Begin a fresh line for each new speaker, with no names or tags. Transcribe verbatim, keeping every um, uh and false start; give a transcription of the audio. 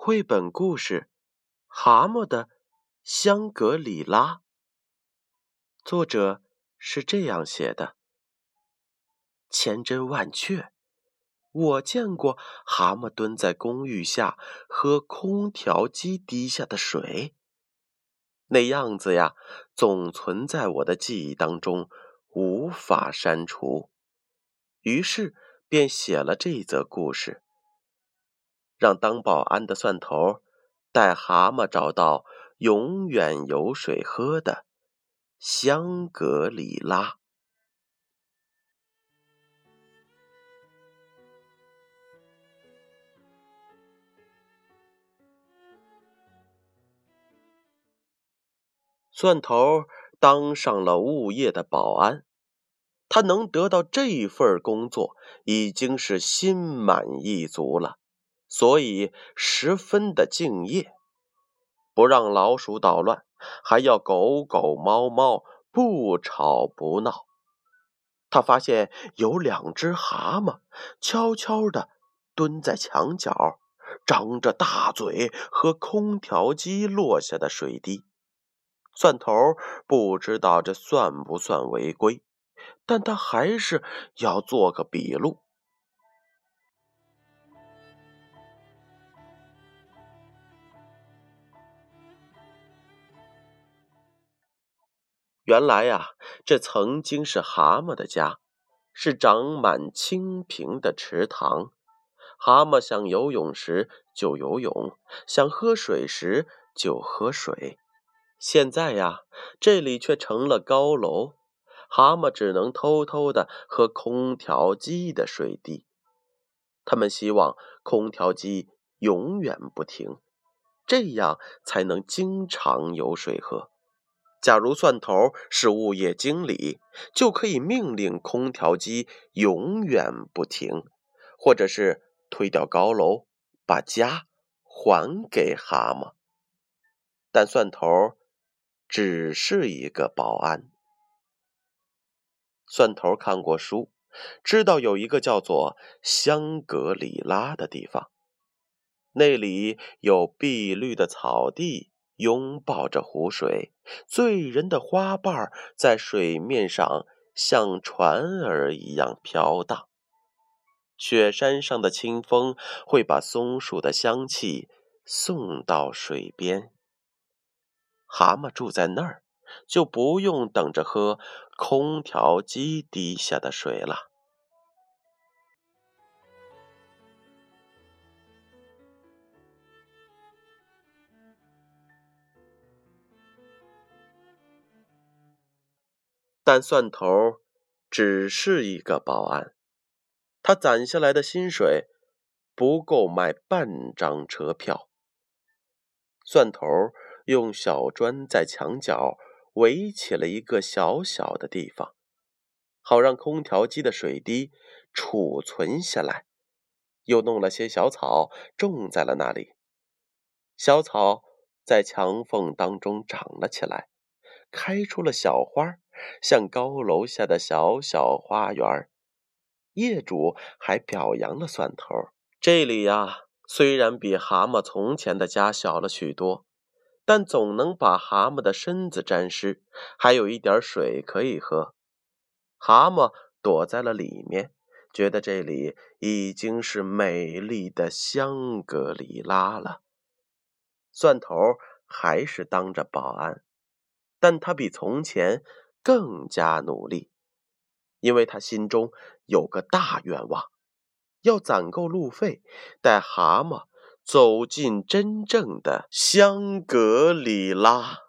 绘本故事《蛤蟆的香格里拉》，作者是这样写的：千真万确，我见过蛤蟆蹲在公寓下喝空调机滴下的水，那样子呀，总存在我的记忆当中，无法删除。于是便写了这则故事，让当保安的蒜头带蛤蟆找到永远有水喝的香格里拉。蒜头当上了物业的保安，他能得到这份工作已经是心满意足了，所以十分的敬业，不让老鼠捣乱，还要狗狗猫猫不吵不闹。他发现有两只蛤蟆悄悄地蹲在墙角，张着大嘴喝空调机落下的水滴。蒜头不知道这算不算违规，但他还是要做个笔录。原来呀，这曾经是蛤蟆的家，是长满清平的池塘。蛤蟆想游泳时就游泳，想喝水时就喝水。现在呀，这里却成了高楼，蛤蟆只能偷偷地喝空调机的水滴。他们希望空调机永远不停，这样才能经常有水喝。假如蒜头是物业经理，就可以命令空调机永远不停，或者是推掉高楼，把家还给蛤蟆。但蒜头只是一个保安。蒜头看过书，知道有一个叫做香格里拉的地方，那里有碧绿的草地，拥抱着湖水，醉人的花瓣在水面上像船儿一样飘荡。雪山上的清风会把松树的香气送到水边。蛤蟆住在那儿，就不用等着喝空调机滴下的水了。但蒜头只是一个保安，他攒下来的薪水不够买半张车票。蒜头用小砖在墙角围起了一个小小的地方，好让空调机的水滴储存下来，又弄了些小草种在了那里。小草在墙缝当中长了起来，开出了小花，像高楼下的小小花园。业主还表扬了蒜头，这里呀，虽然比蛤蟆从前的家小了许多，但总能把蛤蟆的身子沾湿，还有一点水可以喝。蛤蟆躲在了里面，觉得这里已经是美丽的香格里拉了。蒜头还是当着保安，但他比从前更加努力，因为他心中有个大愿望，要攒够路费，带蛤蟆走进真正的香格里拉。